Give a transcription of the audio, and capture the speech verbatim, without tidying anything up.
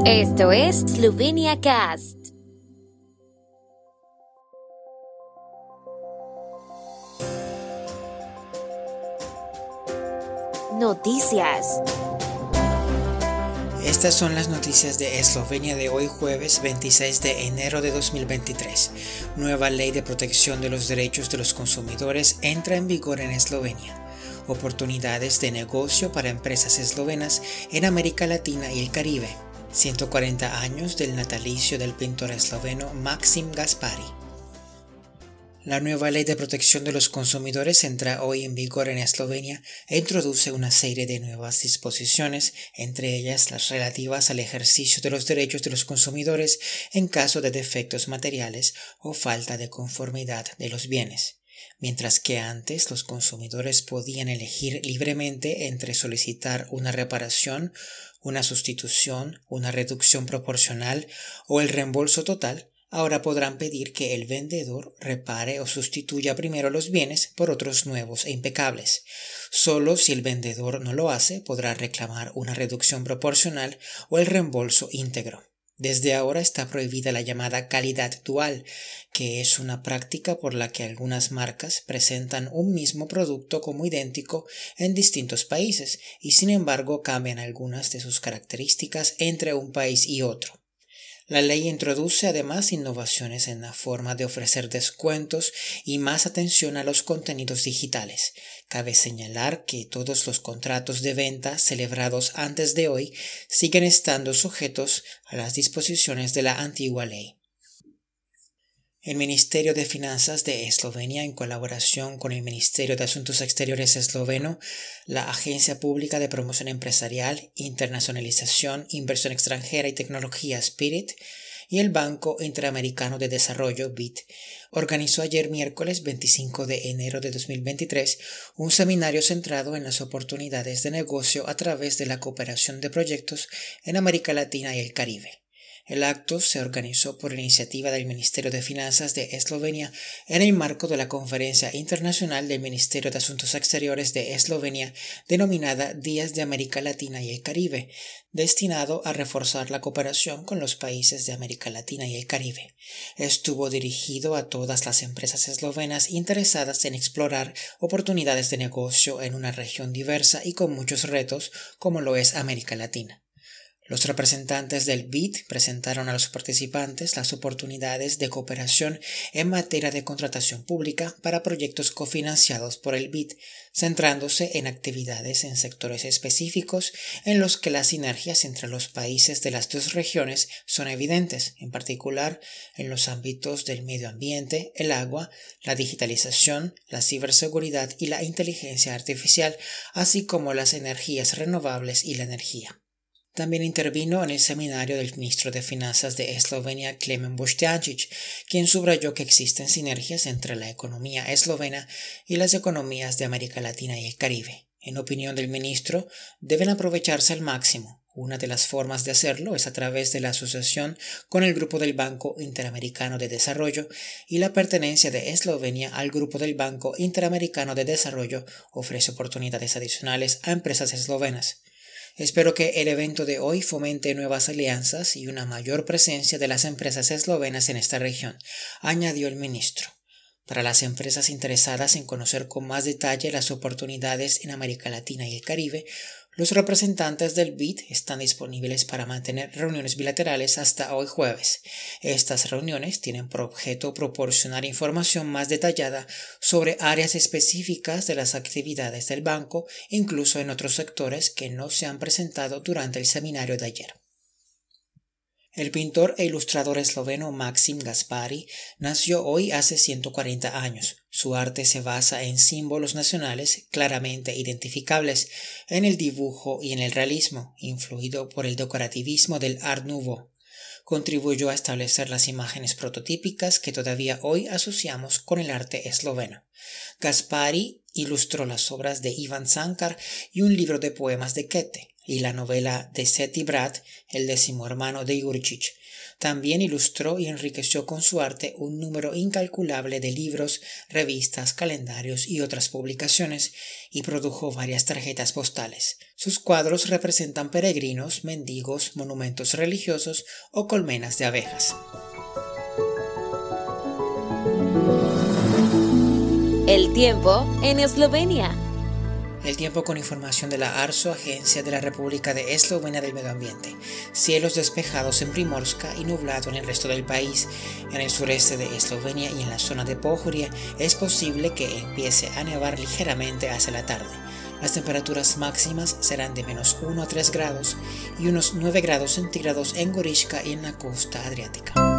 Esto es Slovenia Cast. Noticias. Estas son las noticias de Eslovenia de hoy jueves veintiséis de enero de dos mil veintitrés. Nueva ley de protección de los derechos de los consumidores entra en vigor en Eslovenia. Oportunidades de negocio para empresas eslovenas en América Latina y el Caribe. ciento cuarenta años del natalicio del pintor esloveno Maxim Gaspari. La nueva ley de protección de los consumidores entra hoy en vigor en Eslovenia e introduce una serie de nuevas disposiciones, entre ellas las relativas al ejercicio de los derechos de los consumidores en caso de defectos materiales o falta de conformidad de los bienes. Mientras que antes los consumidores podían elegir libremente entre solicitar una reparación, una sustitución, una reducción proporcional o el reembolso total, ahora podrán pedir que el vendedor repare o sustituya primero los bienes por otros nuevos e impecables. Solo si el vendedor no lo hace, podrá reclamar una reducción proporcional o el reembolso íntegro. Desde ahora está prohibida la llamada calidad dual, que es una práctica por la que algunas marcas presentan un mismo producto como idéntico en distintos países y sin embargo cambian algunas de sus características entre un país y otro. La ley introduce además innovaciones en la forma de ofrecer descuentos y más atención a los contenidos digitales. Cabe señalar que todos los contratos de venta celebrados antes de hoy siguen estando sujetos a las disposiciones de la antigua ley. El Ministerio de Finanzas de Eslovenia, en colaboración con el Ministerio de Asuntos Exteriores esloveno, la Agencia Pública de Promoción Empresarial, Internacionalización, Inversión Extranjera y Tecnología Spirit y el Banco Interamericano de Desarrollo B I D, organizó ayer miércoles veinticinco de enero de dos mil veintitrés un seminario centrado en las oportunidades de negocio a través de la cooperación de proyectos en América Latina y el Caribe. El acto se organizó por iniciativa del Ministerio de Finanzas de Eslovenia en el marco de la Conferencia Internacional del Ministerio de Asuntos Exteriores de Eslovenia denominada Días de América Latina y el Caribe, destinado a reforzar la cooperación con los países de América Latina y el Caribe. Estuvo dirigido a todas las empresas eslovenas interesadas en explorar oportunidades de negocio en una región diversa y con muchos retos como lo es América Latina. Los representantes del B I D presentaron a los participantes las oportunidades de cooperación en materia de contratación pública para proyectos cofinanciados por el B I D, centrándose en actividades en sectores específicos en los que las sinergias entre los países de las dos regiones son evidentes, en particular en los ámbitos del medio ambiente, el agua, la digitalización, la ciberseguridad y la inteligencia artificial, así como las energías renovables y la energía. También intervino en el seminario del ministro de Finanzas de Eslovenia, Klemen Boštjančić, quien subrayó que existen sinergias entre la economía eslovena y las economías de América Latina y el Caribe. En opinión del ministro, deben aprovecharse al máximo. Una de las formas de hacerlo es a través de la asociación con el Grupo del Banco Interamericano de Desarrollo y la pertenencia de Eslovenia al Grupo del Banco Interamericano de Desarrollo ofrece oportunidades adicionales a empresas eslovenas. Espero que el evento de hoy fomente nuevas alianzas y una mayor presencia de las empresas eslovenas en esta región, añadió el ministro. Para las empresas interesadas en conocer con más detalle las oportunidades en América Latina y el Caribe, los representantes del B I D están disponibles para mantener reuniones bilaterales hasta hoy jueves. Estas reuniones tienen por objeto proporcionar información más detallada sobre áreas específicas de las actividades del banco, incluso en otros sectores que no se han presentado durante el seminario de ayer. El pintor e ilustrador esloveno Maxim Gaspari nació hoy hace ciento cuarenta años. Su arte se basa en símbolos nacionales claramente identificables, en el dibujo y en el realismo, influido por el decorativismo del Art Nouveau. Contribuyó a establecer las imágenes prototípicas que todavía hoy asociamos con el arte esloveno. Gaspari ilustró las obras de Ivan Cankar y un libro de poemas de Goethe, y la novela de Seti Brat, el décimo hermano de Jurčić. También ilustró y enriqueció con su arte un número incalculable de libros, revistas, calendarios y otras publicaciones, y produjo varias tarjetas postales. Sus cuadros representan peregrinos, mendigos, monumentos religiosos o colmenas de abejas. El tiempo en Eslovenia. El tiempo con información de la ARSO, Agencia de la República de Eslovenia del Medio Ambiente. Cielos despejados en Primorska y nublado en el resto del país. En el sureste de Eslovenia y en la zona de Pohorje es posible que empiece a nevar ligeramente hacia la tarde. Las temperaturas máximas serán de menos uno a tres grados y unos nueve grados centígrados en Gorička y en la costa adriática.